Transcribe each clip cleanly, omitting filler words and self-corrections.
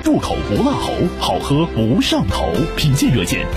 入口不辣喉，好喝不上头。品鉴热线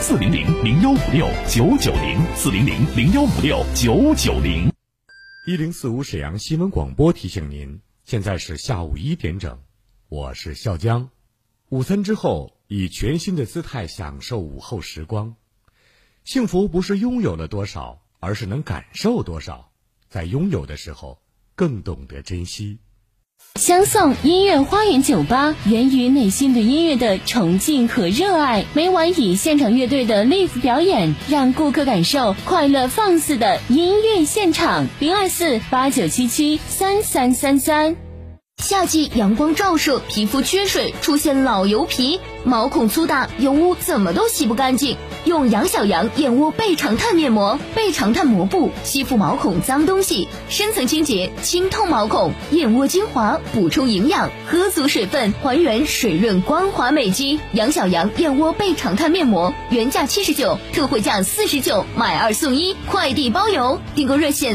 400-0156-990，400-0156-990。 1045沈阳新闻广播提醒您，现在是下午1点整，我是笑江。午餐之后，以全新的姿态享受午后时光。幸福不是拥有了多少，而是能感受多少。在拥有的时候，更懂得珍惜。 相送音乐花园酒吧，源于内心对音乐的崇敬和热爱，每晚以现场乐队的 live 表演，让顾客感受快乐放肆的音乐现场。024-8977-3333。夏季阳光照射，皮肤缺水，出现老油皮，毛孔粗大，油污怎么都洗不干净。用杨小羊燕窝倍长炭面膜，倍长炭膜布吸附毛孔脏东西，深层清洁，清透毛孔。燕窝精华补充营养，喝足水分，还原水润光滑美肌。杨小羊燕窝倍长炭面膜原价79，特惠价49，买2送1，快递包邮。订购热线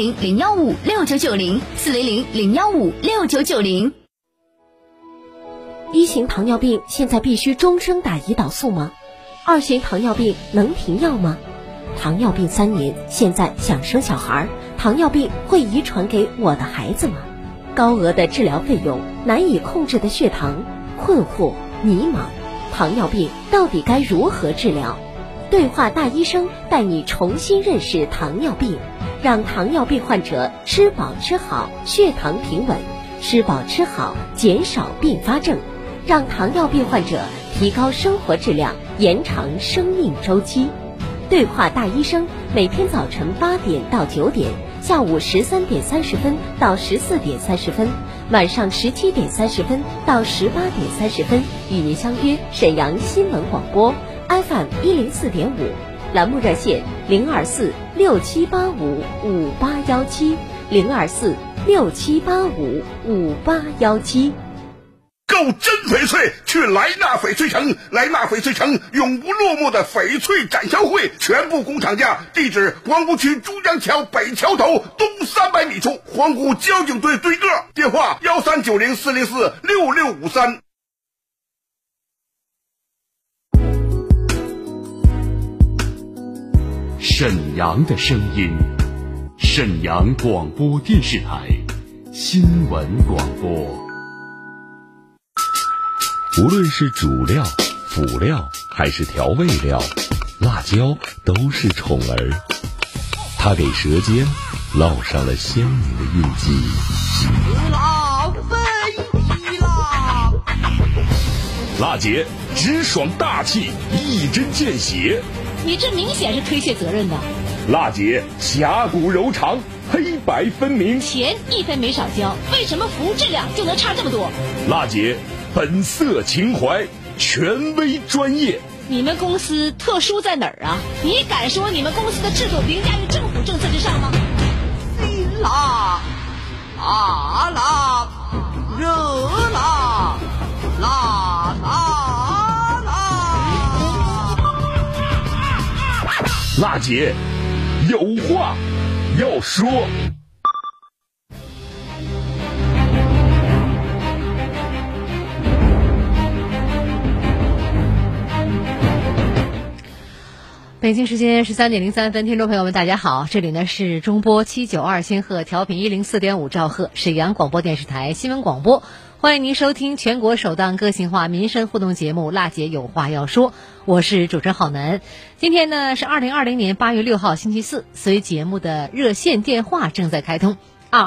400-015-6990，400-015-6990。 1型糖尿病现在必须终生打胰岛素吗？2型糖尿病能停药吗？糖尿病3年，现在想生小孩，糖尿病会遗传给我的孩子吗？高额的治疗费用，难以控制的血糖，困惑迷茫，糖尿病到底该如何治疗？对话大医生带你重新认识糖尿病，让糖尿病患者吃饱吃好，血糖平稳，吃饱吃好，减少并发症，让糖尿病患者提高生活质量，延长生命周期。对话大医生，每天早晨8点到9点，下午13点30分到14点30分，晚上17点30分到18点30分，与您相约沈阳新闻广播 FM 104.5，栏目热线024-6785-5817，024-6785-5817。 购真翡翠，去莱纳翡翠城。莱纳翡翠城永不落幕的翡翠展销会，全部工厂价，地址黄沽区珠江桥北桥头东300米处，黄沽交警队对个，电话13904046653。 沈阳的声音，沈阳广播电视台新闻广播。无论是主料、辅料还是调味料，辣椒都是宠儿，它给舌尖烙上了鲜明的印记。 辣飞起啦！ 辣姐直爽大气，一针见血。 你这明显是推卸责任的。 辣姐侠骨柔肠，黑白分明， 钱1分没少交，为什么服务质量就能差这么多？ 辣姐本色情怀，权威专业。 你们公司特殊在哪儿啊？你敢说你们公司的制度凌驾于政府政策之上吗？ 辛辣、辣辣、热辣、辣辣辣。 辣姐有话要说。 北京时间13点03分，听众朋友们大家好，这里呢是中波792千赫，调频104.5兆赫，沈阳广播电视台新闻广播，欢迎您收听全国首档个性化民生互动节目《辣姐有话要说》，我是主持人郝楠。今天呢是2020年8月6号星期四，所以节目的热线电话正在开通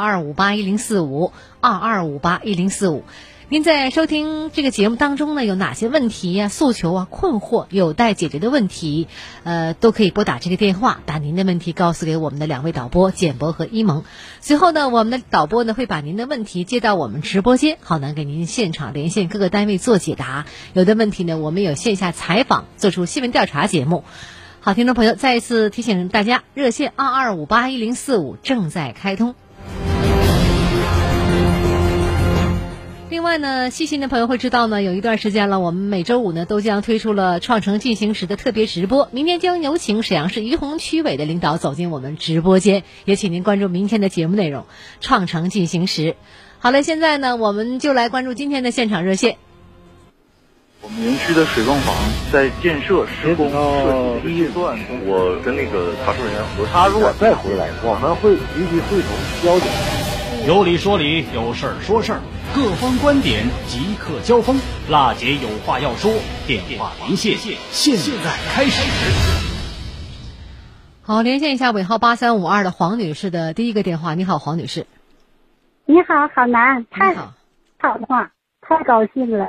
22581045，22581045。您在收听这个节目当中呢，有哪些问题啊、诉求啊、困惑有待解决的问题，都可以拨打这个电话，把您的问题告诉给我们的2位导播简博和一萌。随后呢，我们的导播呢会把您的问题接到我们直播间，好呢给您现场连线各个单位做解答。有的问题呢，我们有线下采访，做出新闻调查节目。好，听众朋友，再一次提醒大家，热线22581045正在开通。另外呢，细心的朋友会知道呢，有一段时间了，我们每周五呢都将推出了创城进行时的特别直播。明天将有请沈阳市于洪区委的领导走进我们直播间，也请您关注明天的节目内容，创城进行时。好了，现在呢，我们就来关注今天的现场热线。 我们园区的水泵房在建设施工设计预算，我跟那个查收人员核实。 他如果再回来，我们会立即会同交警。 有理说理，有事儿说事儿，各方观点即刻交锋。辣姐有话要说，电话连线，现在开始。 好，连线一下尾号8352的黄女士的第一个电话。你好，黄女士。 你好，好男，太好的话，太高兴了。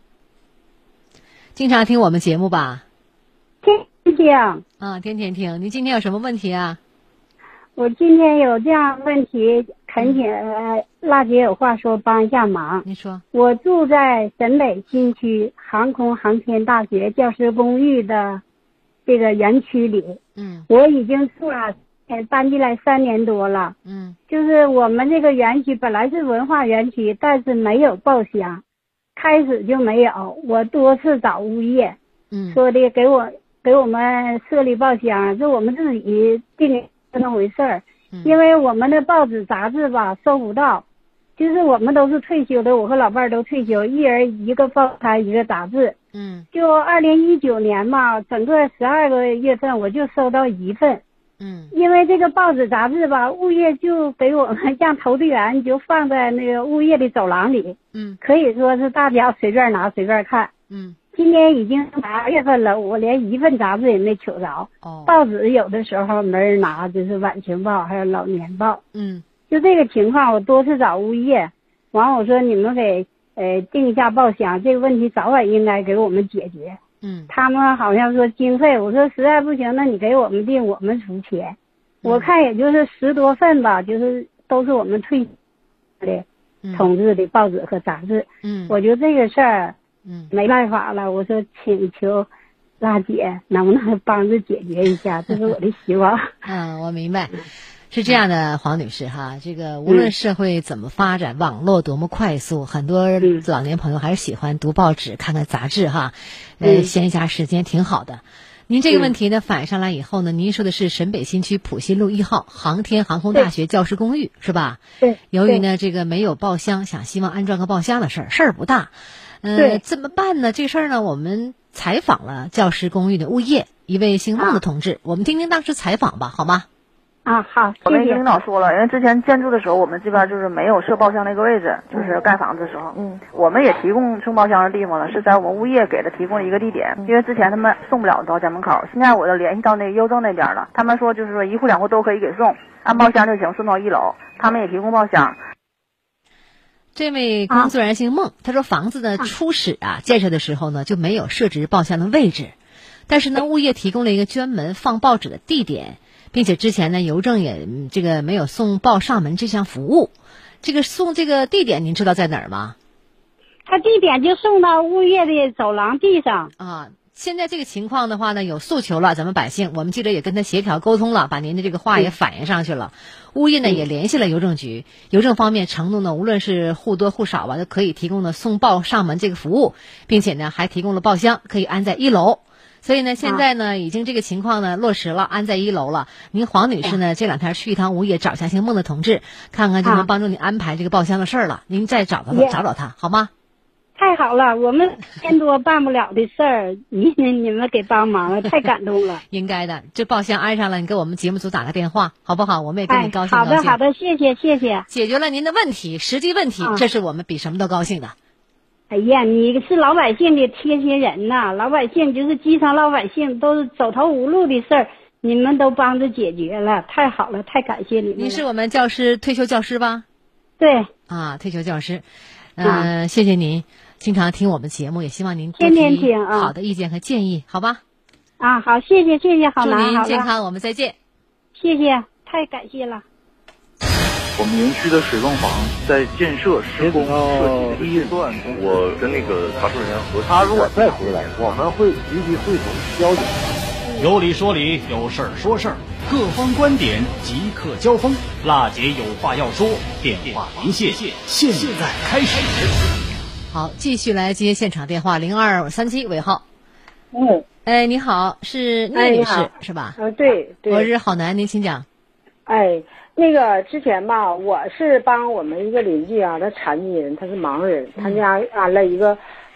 经常听我们节目吧？ 天天听。 啊，天天听。你今天有什么问题啊？ 我今天有这样问题，恳请辣姐有话说，帮一下忙。 你说。 我住在沈北新区航空航天大学教师公寓的这个园区里。我已经住了搬进来3年多了。就是我们这个园区本来是文化园区，但是没有报箱，开始就没有。我多次找物业，说的给我们设立报箱，是我们自己定这么回事儿。因为我们的报纸杂志吧收不到，就是我们都是退休的，我和老伴儿都退休，一人一个报刊一个杂志。就2019年嘛，整个12个月份我就收到1份。因为这个报纸杂志吧，物业就给我们让投递员就放在那个物业的走廊里。可以说是大家随便拿随便看。今年已经8月份了，我连1份杂志也没取着。报纸有的时候没人拿，就是晚晴报还有老年报。就这个情况，我多次找物业，完我说你们给定一下报箱，这个问题早晚应该给我们解决。他们好像说经费，我说实在不行，那你给我们定，我们出钱。我看也就是10多份吧，就是都是我们退的同志的报纸和杂志。我觉得这个事儿没办法了，我说请求辣姐能不能帮着解决一下，这是我的希望。 我明白。是这样的，黄女士哈，这个无论社会怎么发展，网络多么快速，很多老年朋友还是喜欢读报纸、看看杂志哈，闲暇时间挺好的。您这个问题呢反映上来以后呢，您说的是沈北新区浦西路1号航天航空大学教师公寓是吧？ 对。 由于呢这个没有报箱，希望安装个报箱的事儿不大。怎么办呢？这事儿呢我们采访了教师公寓的物业一位姓孟的同志，我们听听当时采访吧，好吗？ 好， 我跟领导说了，因为之前建筑的时候，我们这边就是没有设报箱那个位置，就是盖房子的时候，我们也提供送报箱的地方了，是在我们物业给他提供了一个地点，因为之前他们送不了到家门口，现在我就联系到那个邮政那边了，他们说就是说1户2户都可以给送，按报箱就行，送到1楼，他们也提供报箱。 这位工作人员姓孟，他说房子的初始建设的时候呢就没有设置报箱的位置，但是呢物业提供了一个专门放报纸的地点。并且之前呢，邮政也这个没有送报上门这项服务。这个送这个地点您知道在哪儿吗？ 他地点就送到物业的走廊地上。 现在这个情况的话呢，有诉求了，咱们百姓，我们记者也跟他协调沟通了，把您的这个话也反映上去了。物业呢也联系了邮政局，邮政方面承诺呢，无论是户多户少都可以提供的送报上门这个服务，并且呢还提供了报箱，可以安在1楼。所以呢，现在呢，已经这个情况呢落实了，安在1楼了。您黄女士呢，这2天去一趟物业找一下姓孟的同志，看看就能帮助你安排这个报箱的事儿了。您再找他，好吗？ 太好了，我们1天多办不了的事儿，你们给帮忙了，太感动了。 应该的，这报箱安上了，你给我们节目组打个电话，好不好？我们也跟你高兴高兴。 好的，谢谢。 解决了您的问题，实际问题，这是我们比什么都高兴的。 哎呀，你是老百姓的贴心人呐！老百姓就是基层老百姓，都是走投无路的事儿，你们都帮着解决了，太好了，太感谢你们了。 您是我们退休教师吧？ 对。 退休教师，谢谢您，经常听我们节目，也希望您天天听好的意见和建议，好吧？ 好，谢谢，好男，祝您健康，我们再见。 谢谢，太感谢了。 我们园区的水泵房在建设施工设计预算，我跟那个查收人员核实。 他如果再回来，我们会立即会同交警。 有理说理，有事儿说事儿，各方观点即刻交锋。辣姐有话要说，电话连线，现在开始。 好，继续来接现场电话，0237尾号。你好，是聂女士是吧？ 对， 我是好男，您请讲。 那个之前吧，我是帮我们一个邻居他残疾人，他是盲人，他家安了一个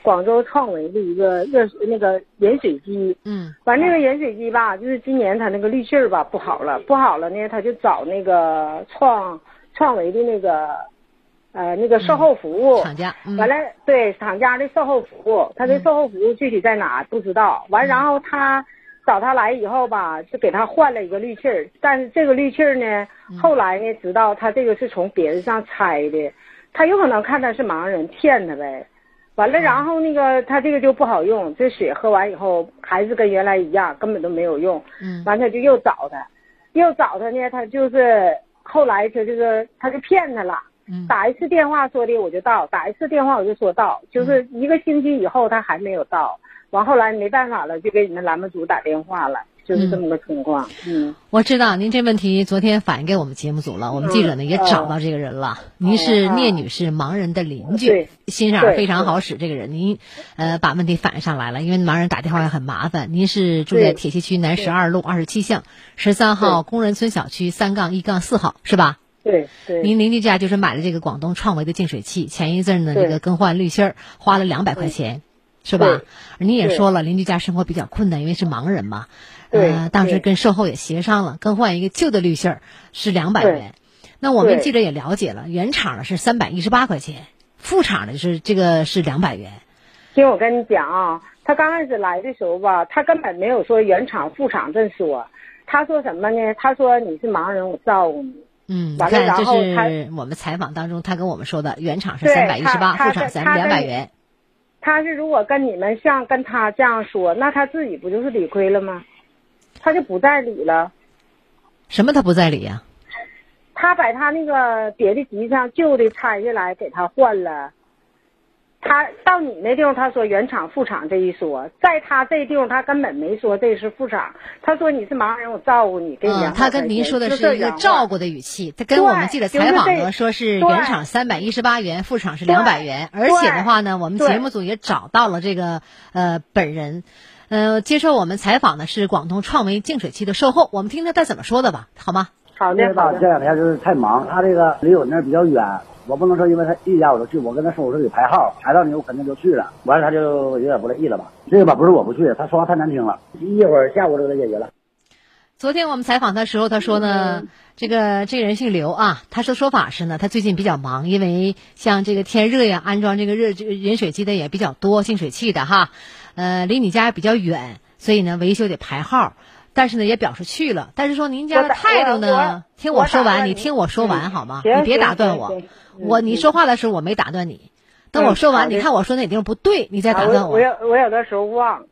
广州创维的一个那个饮水机。完那个饮水机吧，就是今年它那个滤芯吧不好了呢，他就找那个创维的那个售后服务厂家， 完了对厂家的售后服务，他的售后服务具体在哪不知道。完然后他找他来以后吧，就给他换了一个滤芯儿，但是这个滤芯儿呢，后来呢知道他这个是从别人上拆的，他有可能看他是盲人骗他呗。完了，然后那个他这个就不好用，这水喝完以后还是跟原来一样，根本都没有用。完他就又找他呢，他就是后来他就骗他了。打一次电话说的我就到，打一次电话我就说到，就是1个星期以后他还没有到。完后来没办法了，就给你们栏目组打电话了，就是这么个情况。 我知道您这问题昨天反映给我们节目组了，我们记者呢也找到这个人了。您是聂女士盲人的邻居，欣赏非常好使这个人，您把问题反映上来了，因为盲人打电话也很麻烦。您是住在铁西区南12路27巷13号工人村小区3-1-4号是吧？ 对。 您邻居家就是买了这个广东创维的净水器，前一阵呢这个更换滤芯儿花了200块钱。是吧？你也说了，邻居家生活比较困难，因为是盲人嘛。当时跟售后也协商了，更换一个旧的滤芯儿是200元。那我们记者也了解了，原厂的是318块钱，副厂的是200元。 听我跟你讲啊，他刚开始来的时候吧，他根本没有说原厂副厂这说，他说什么呢？他说你是盲人，我照顾你。 完了，然后这是我们采访当中他跟我们说的，原厂是318，副厂200元。 他是如果跟你们像跟他这样说，那他自己不就是理亏了吗？他就不在理了。 什么他不在理呀？ 他把他那个别的机上旧的拆下来给他换了。他到你那地方他说原厂副厂这一说，在他这地方他根本没说这是副厂，他说你是盲人我照顾你，给你200块钱。 他跟您说的是一个照顾的语气，他跟我们记者采访呢说是原厂318元，副厂是200元，而且的话呢，我们节目组也找到了这个本人，接受我们采访的是广东创维净水器的售后，我们听听他怎么说的吧，好吗？ 好的。 这2天就是太忙，他这个离我那儿比较远。我不能说因为他一家我就去，我跟他说我说得排号，排到你我肯定就去了。完了他就有点不乐意了吧？这个吧不是我不去，他说话太难听了。一会儿下午就给他解决了。 昨天我们采访他的时候，他说呢，这个人姓刘啊，他说法是呢，他最近比较忙，因为像这个天热呀，安装这个饮水机的也比较多，净水器的哈，离你家比较远，所以呢维修得排号。但是呢，也表示去了。但是说您家的态度呢？听我说完，你听我说完好吗？你别打断我。你说话的时候我没打断你，等我说完，你看我说哪地方不对，你再打断我。 我有的时候忘，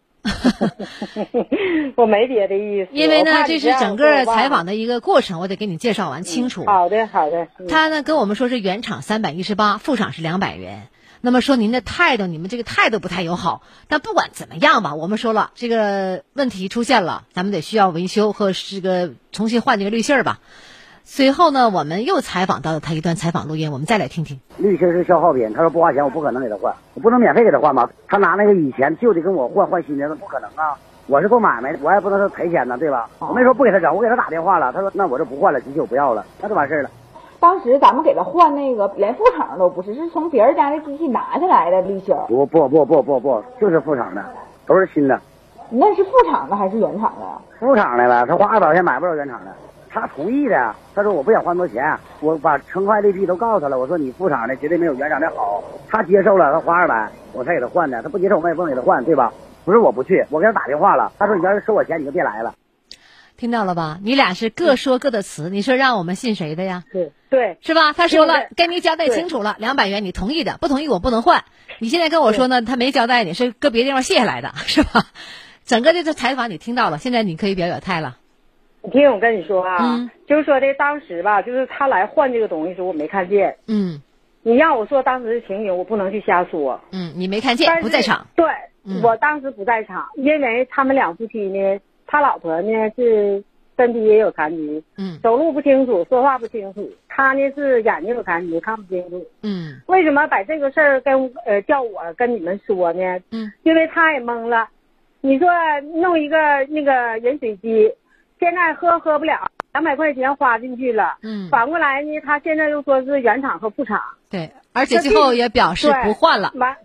我没别的意思。 因为呢，这是整个采访的一个过程，我得给你介绍完清楚。 好的。 他呢跟我们说是原厂318，副厂是200元。那么说您的态度，你们这个态度不太友好。但不管怎么样吧，我们说了这个问题出现了，咱们得需要维修和这个重新换这个滤芯儿吧。随后呢，我们又采访到了他一段采访录音，我们再来听听。 滤芯是消耗品，他说不花钱，我不可能给他换，我不能免费给他换吧？他拿那个以前旧的跟我换新的，那不可能啊！我是做买卖，我也不能说赔钱呢，对吧？我没说不给他整，我给他打电话了，他说那我就不换了，机器我不要了，那就完事了。 当时咱们给他换那个连副厂都不是，是从别人家的机器拿下来的滤芯。 不，就是副厂的，都是新的。 那是副厂的还是原厂的？ 副厂的了，他花200块钱买不着原厂的。他同意的，他说我不想花多钱，我把成坏利弊都告诉他了，我说你副厂的绝对没有原厂的好，他接受了，他花200，我才给他换的，他不接受我们也不能给他换，对吧？不是我不去，我给他打电话了，他说你要是收我钱你就别来了。 听到了吧？你俩是各说各的词，你说让我们信谁的呀？ 对， 是吧？他说了，跟你交代清楚了，200元你同意的，不同意我不能换。你现在跟我说呢，他没交代你，是搁别地方卸下来的，是吧？整个这采访你听到了，现在你可以表态了。 你听我跟你说啊，就是说的当时吧，就是他来换这个东西的时候我没看见。你让我说当时的情景，我不能去瞎说。 你没看见，不在场。 对，我当时不在场，因为他们2夫妻呢，他老婆呢是身体也有残疾，走路不清楚，说话不清楚。他呢是眼睛有残疾，看不清楚。为什么把这个事儿叫我跟你们说呢？因为他也懵了。你说弄一个那个饮水机，现在喝不了，200块钱花进去了。反过来呢，他现在又说是原厂和副厂。 对，而且最后也表示不换了。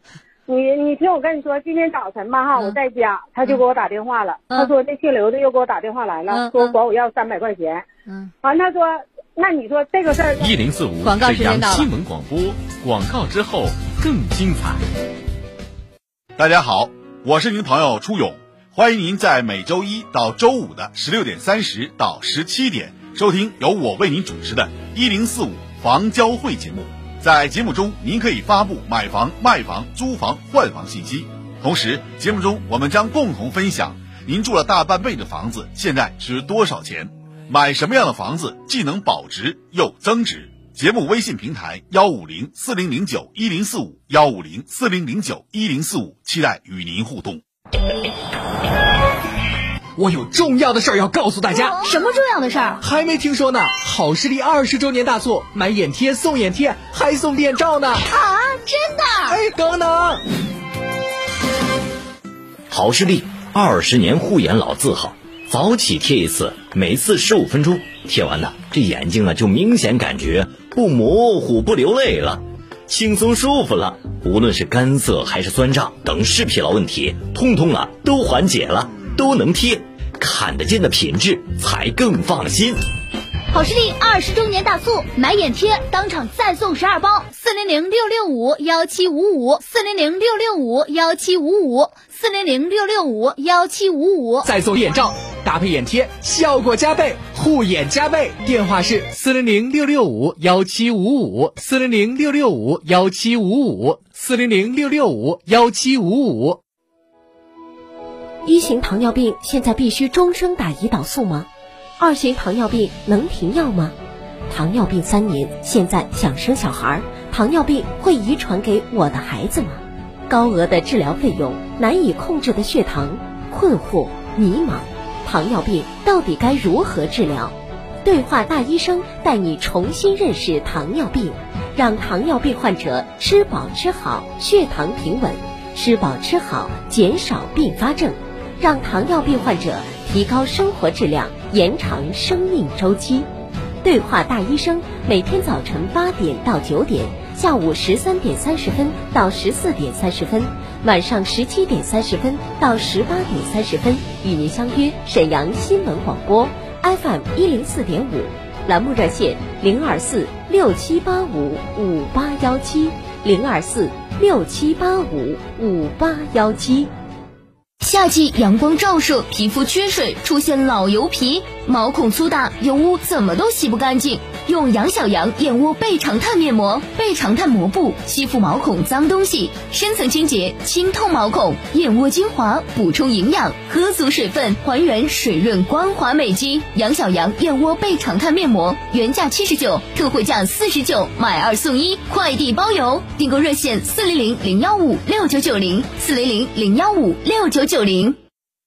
你听我跟你说，今天早晨吧哈，我在家，他就给我打电话了，他说那姓刘的又给我打电话来了，说管我要300块钱。完他说，那你说这个事儿 ，1045 广告时间到了， 沈阳新闻广播，广告之后更精彩。 大家好，我是您朋友初勇，欢迎您在每周一到周五的16点30到17点收听由我为您主持的1045房交会节目。在节目中，您可以发布买房、卖房、租房、换房信息。同时，节目中我们将共同分享您住了大半辈的房子现在值多少钱，买什么样的房子既能保值又增值。节目微信平台15040091045，15040091045，期待与您互动。 我有重要的事儿要告诉大家。 什么重要的事儿？ 还没听说呢。好视力20周年大促，买眼贴送眼贴，还送眼罩呢。 啊，真的？ 哎，等等。 好视力20年护眼老字号，早起贴一次，每次15分钟，贴完呢，这眼睛就明显感觉不模糊不流泪了，轻松舒服了。无论是干涩还是酸胀等视疲劳问题，通通都缓解了，都能贴，看得见的品质才更放心。 好视力20周年大促，买眼贴当场再送12包，400-665-1755，400-665-1755，400-665-1755， 再送眼罩，搭配眼贴，效果加倍，护眼加倍。电话是400-665-1755，400-665-1755，400-665-1755。 1型糖尿病现在必须终生打胰岛素吗？2型糖尿病能停药吗？糖尿病3年，现在想生小孩，糖尿病会遗传给我的孩子吗？高额的治疗费用，难以控制的血糖，困惑迷茫，糖尿病到底该如何治疗？对话大医生带你重新认识糖尿病，让糖尿病患者吃饱吃好，血糖平稳，吃饱吃好，减少并发症，让糖尿病患者提高生活质量，延长生命周期。对话大医生，每天早晨8点到9点，下午13点30分到14点30分，晚上17点30分到18点30分，与您相约沈阳新闻广播 FM 104.5，栏目热线024-6785-5817，024-6785-5817。 夏季阳光照射，皮肤缺水，出现老油皮，毛孔粗大，油污怎么都洗不干净。用杨小羊燕窝倍长炭面膜，倍长炭膜布吸附毛孔脏东西，深层清洁，清透毛孔。燕窝精华补充营养，喝足水分，还原水润光滑美肌。杨小羊燕窝倍长炭面膜原价79，特惠价49，买2送1，快递包邮。订购热线400-015-6990，400-015-6990。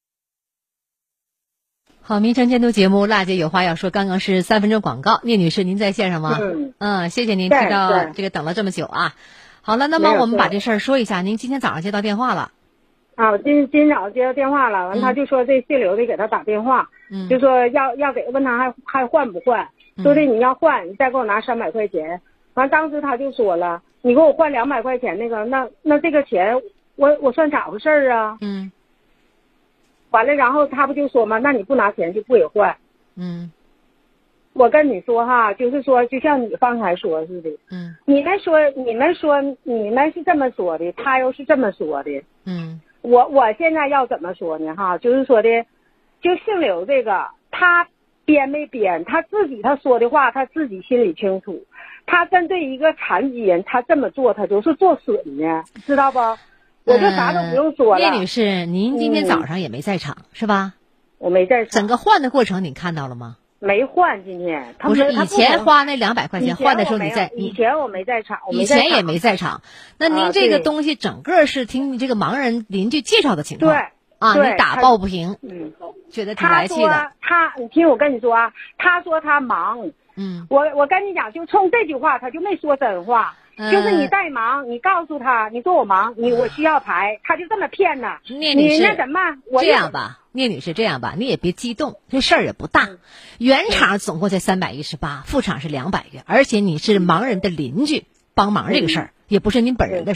好，民生监督节目，辣姐有话要说。刚刚是3分钟广告，聂女士，您在线上吗？谢谢您提到这个等了这么久啊。好了，那么我们把这事儿说一下。您今天早上接到电话了？ 啊，我今早上接到电话了，完他就说这姓刘的给他打电话，就说要给问他还换不换，说的你要换，你再给我拿300块钱。完当时他就说了，你给我换200块钱那个，那这个钱我算咋回事啊？完了，然后他不就说嘛，那你不拿钱就不给换。我跟你说哈，就是说，就像你刚才说似的，你们是这么说的，他又是这么说的，我现在要怎么说呢？哈，就是说的，就姓刘这个，他编没编，他说的话，他自己心里清楚。他针对一个残疾人，他这么做，他就是做损呢，知道不？我就啥都不用说了。 叶女士，您今天早上也没在场，是吧？ 我没在场。 整个换的过程你看到了吗？ 没换，今天不是以前花那200块钱换的时候你在？ 以前我没在场， 以前也没在场。那您这个东西整个是听你这个盲人邻居介绍的情况， 对啊，你打抱不平，觉得挺来气的。 你听我跟你说啊，他说他忙，我跟你讲，就冲这句话，他就没说真话。就是你在忙，你告诉他，你说我忙，我需要牌，他就这么骗呢。 聂女士， 你那什么， 这样吧，聂女士，这样吧，你也别激动，这事儿也不大。原厂总共才318，副厂是200元，而且你是盲人的邻居，帮忙这个事儿也不是您本人的事儿。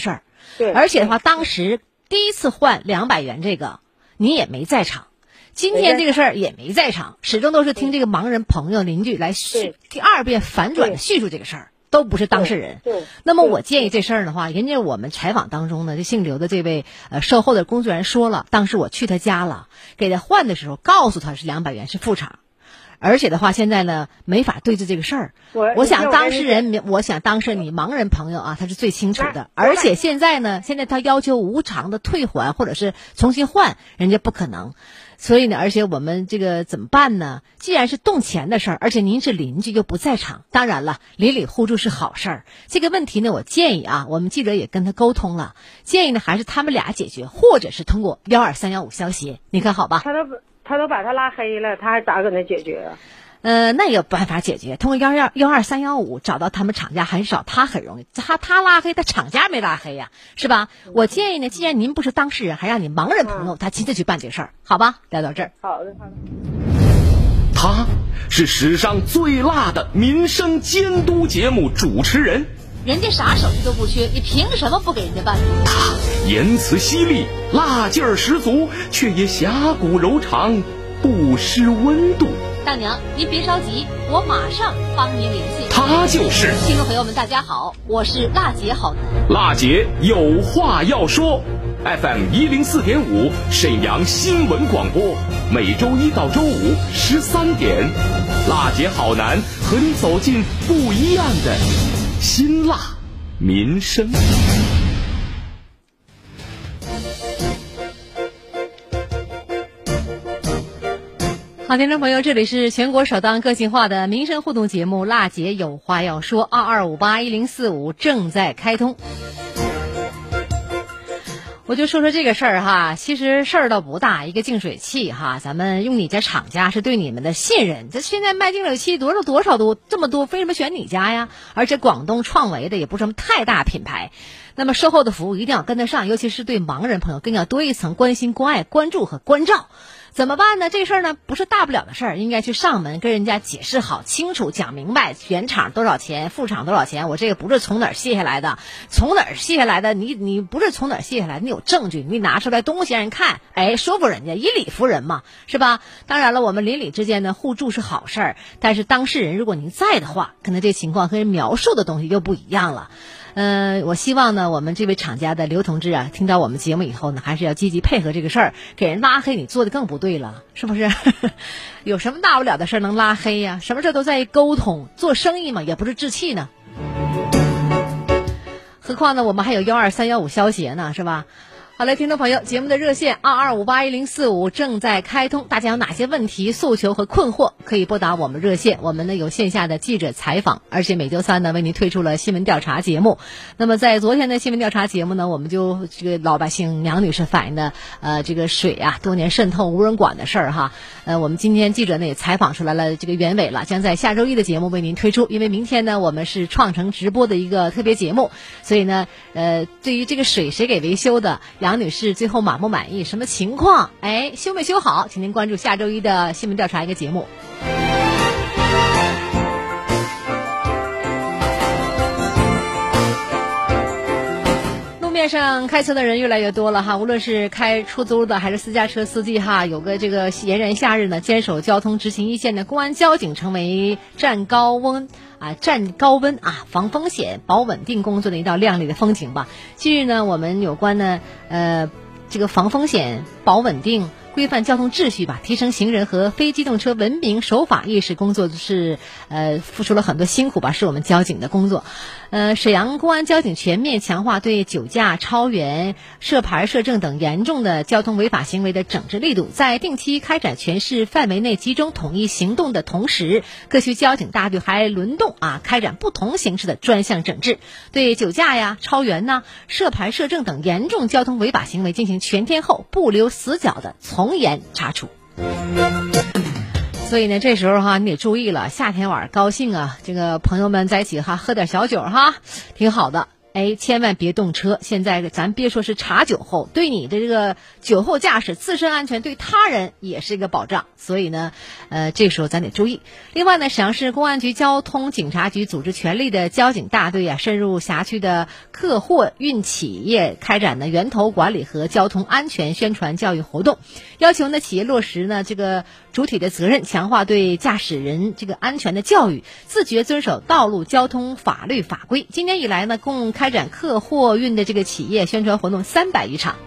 对，而且的话，当时第一次换200元这个，你也没在场。今天这个事儿也没在场，始终都是听这个盲人朋友邻居来第二遍反转的叙述这个事儿，都不是当事人。 对， 那么我建议这事儿的话，人家我们采访当中呢，这姓刘的这位售后的工作人员说了，当时我去他家了，给他换的时候告诉他是200元是副厂。而且的话，现在呢没法对峙这个事儿。我想当事人，你盲人朋友啊，他是最清楚的。而且现在他要求无偿的退还或者是重新换，人家不可能。所以呢，而且我们这个怎么办呢？既然是动钱的事儿，而且您是邻居又不在场，当然了，邻里互助是好事儿。这个问题呢，我建议啊，我们记者也跟他沟通了，建议呢还是他们俩解决，或者是通过12315消协，你看好吧？ 他都把他拉黑了，他还咋跟他解决啊？ 那也有办法解决，通过12315找到他们厂家很少，他很容易，他拉黑，他厂家没拉黑呀，是吧？我建议呢，既然您不是当事人，还让你盲人朋友他亲自去办这事儿，好吧？聊到这儿。 好的。 他是史上最辣的民生监督节目主持人， 人家啥手续都不缺，你凭什么不给人家办？ 他言辞犀利，辣劲儿十足，却也侠骨柔肠，不失温度。 大娘，您别着急，我马上帮您联系。 他就是听众朋友们，大家好，我是辣姐好男。 辣姐有话要说 ，FM 104.5沈阳新闻广播，每周一到周五13点，辣姐好男和你走进不一样的辛辣民生。 好，听众朋友，这里是全国首档个性化的民生互动节目《辣姐有话要说》，22581045正在开通。我就说这个事儿哈，其实事儿倒不大，一个净水器哈，咱们用你家厂家是对你们的信任。这现在卖净水器多少多这么多，为什么选你家呀？而且广东创维的也不是什么太大品牌。那么售后的服务一定要跟得上，尤其是对盲人朋友更要多一层关心、关爱、关注和关照。怎么办呢？这事儿呢不是大不了的事儿，应该去上门跟人家解释好清楚，讲明白原厂多少钱，副厂多少钱，我这个不是从哪儿卸下来的，从哪儿卸下来的，你不是从哪儿卸下来的，你有证据，你拿出来东西让人看，哎，说服人家，以理服人嘛，是吧？当然了，我们邻里之间呢互助是好事儿，但是当事人如果您在的话，可能这情况和人描述的东西又不一样了。我希望呢，我们这位厂家的刘同志啊，听到我们节目以后呢，还是要积极配合这个事儿，给人拉黑，你做的更不对了，是不是？有什么大不了的事儿能拉黑呀？什么事都在于沟通，做生意嘛，也不是置气呢。何况呢，我们还有12315消协呢，是吧？好嘞，听众朋友，节目的热线22581045正在开通，大家有哪些问题、诉求和困惑，可以拨打我们热线。我们呢有线下的记者采访，而且每周三呢为您推出了新闻调查节目。那么在昨天的新闻调查节目呢，我们就这个老百姓杨女士反映的这个水啊多年渗透无人管的事儿哈。我们今天记者呢也采访出来了这个原委了，将在下周一的节目为您推出。因为明天呢我们是创城直播的一个特别节目，所以呢对于这个水谁给维修的，杨女士最后满不满意，什么情况，哎，修没修好，请您关注下周一的新闻调查一个节目。路面上开车的人越来越多了哈，无论是开出租的还是私家车司机哈，有个这个炎炎夏日呢，坚守交通执勤一线的公安交警成为战高温防风险保稳定工作的一道亮丽的风景吧。近日呢，我们有关呢这个防风险保稳定规范交通秩序吧，提升行人和非机动车文明守法意识工作是付出了很多辛苦吧，是我们交警的工作。沈阳公安交警全面强化对酒驾、超员、涉牌涉证等严重的交通违法行为的整治力度，在定期开展全市范围内集中统一行动的同时，各区交警大队还轮动开展不同形式的专项整治，对酒驾呀、超员呐、涉牌涉证等严重交通违法行为进行全天候不留死角的从严查处。所以呢，这时候哈，你得注意了，夏天晚上高兴啊，这个朋友们在一起哈，喝点小酒哈，挺好的。 千万别动车。现在咱别说是查酒后，对你的这个酒后驾驶自身安全，对他人也是一个保障。所以呢，这时候咱得注意。另外呢，沈阳市公安局交通警察局组织全力的交警大队深入辖区的客货运企业，开展呢源头管理和交通安全宣传教育活动，要求呢企业落实呢这个主体的责任，强化对驾驶人这个安全的教育，自觉遵守道路交通法律法规。今年以来呢，共开展客货运的这个企业宣传活动300余场。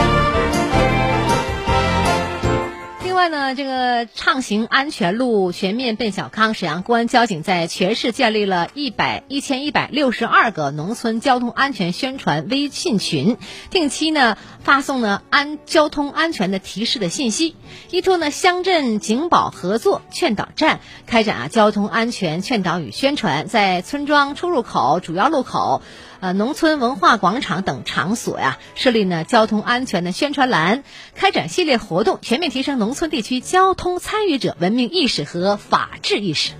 另外呢，这个畅行安全路，全面奔小康，沈阳公安交警在全市建立了1162个农村交通安全宣传微信群，定期呢发送呢交通安全的提示的信息，依托呢乡镇警保合作劝导站，开展交通安全劝导与宣传，在村庄出入口、主要路口、农村文化广场等场所设立呢交通安全的宣传栏，开展系列活动，全面提升农村地区交通参与者文明意识和法治意识。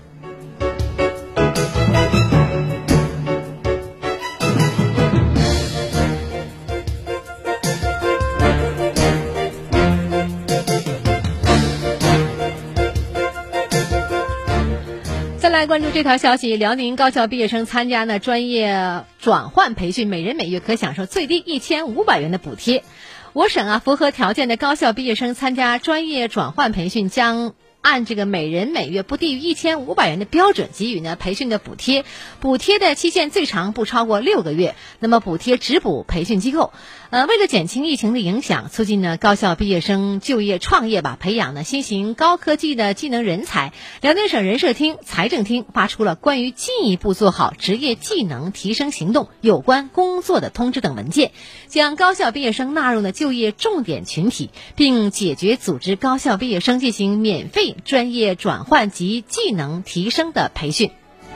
再来关注这条消息，辽宁高校毕业生参加呢专业转换培训，每人每月可享受最低1500元的补贴。我省符合条件的高校毕业生参加专业转换培训，将按这个每人每月不低于1500元的标准给予呢培训的补贴，补贴的期限最长不超过6个月。那么补贴只补培训机构。为了减轻疫情的影响，促进呢高校毕业生就业创业培养呢新型高科技的技能人才，辽宁省人社厅、财政厅发出了关于进一步做好职业技能提升行动有关工作的通知等文件，将高校毕业生纳入呢就业重点群体，并解决组织高校毕业生进行免费专业转换及技能提升的培训。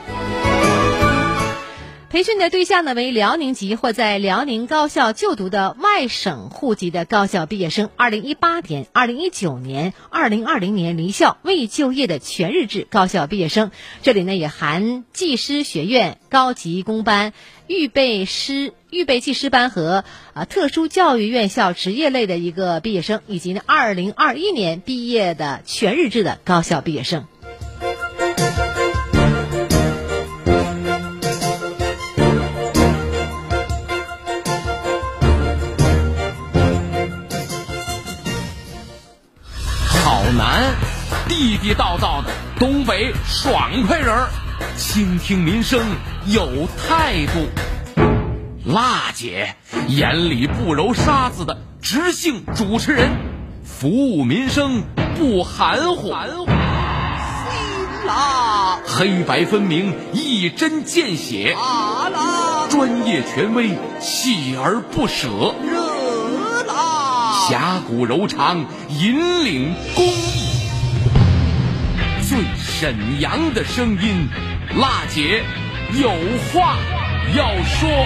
培训的对象呢为辽宁籍或在辽宁高校就读的外省户籍的高校毕业生，2018年、2019年、2020年离校未就业的全日制高校毕业生，这里呢也含技师学院、高级工班、预备技师班和特殊教育院校职业类的一个毕业生，以及呢2021年毕业的全日制的高校毕业生。 好男，地地道道的东北爽快人儿，倾听民生有态度。辣姐，眼里不揉沙子的直性主持人，服务民生不含糊。 啦， 黑白分明，一针见血。专业权威，锲而不舍。 热啦， 侠骨柔肠，引领公益。最沈阳的声音，辣姐有话要说。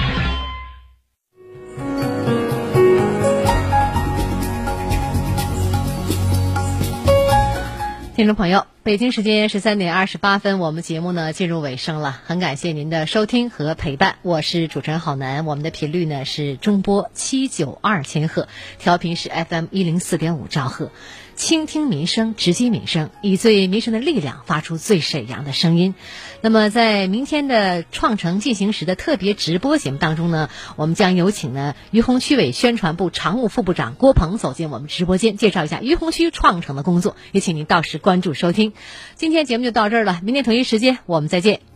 听众朋友，北京时间13点28分，我们节目呢进入尾声了，很感谢您的收听和陪伴，我是主持人郝楠，我们的频率呢是中波792千赫，调频是 FM 104.5兆赫，倾听民生，直击民生，以最民生的力量发出最沈阳的声音。那么在明天的创城进行时的特别直播节目当中呢，我们将有请呢于洪区委宣传部常务副部长郭鹏走进我们直播间，介绍一下于洪区创城的工作，也请您到时关注收听。今天节目就到这儿了，明天同一时间我们再见。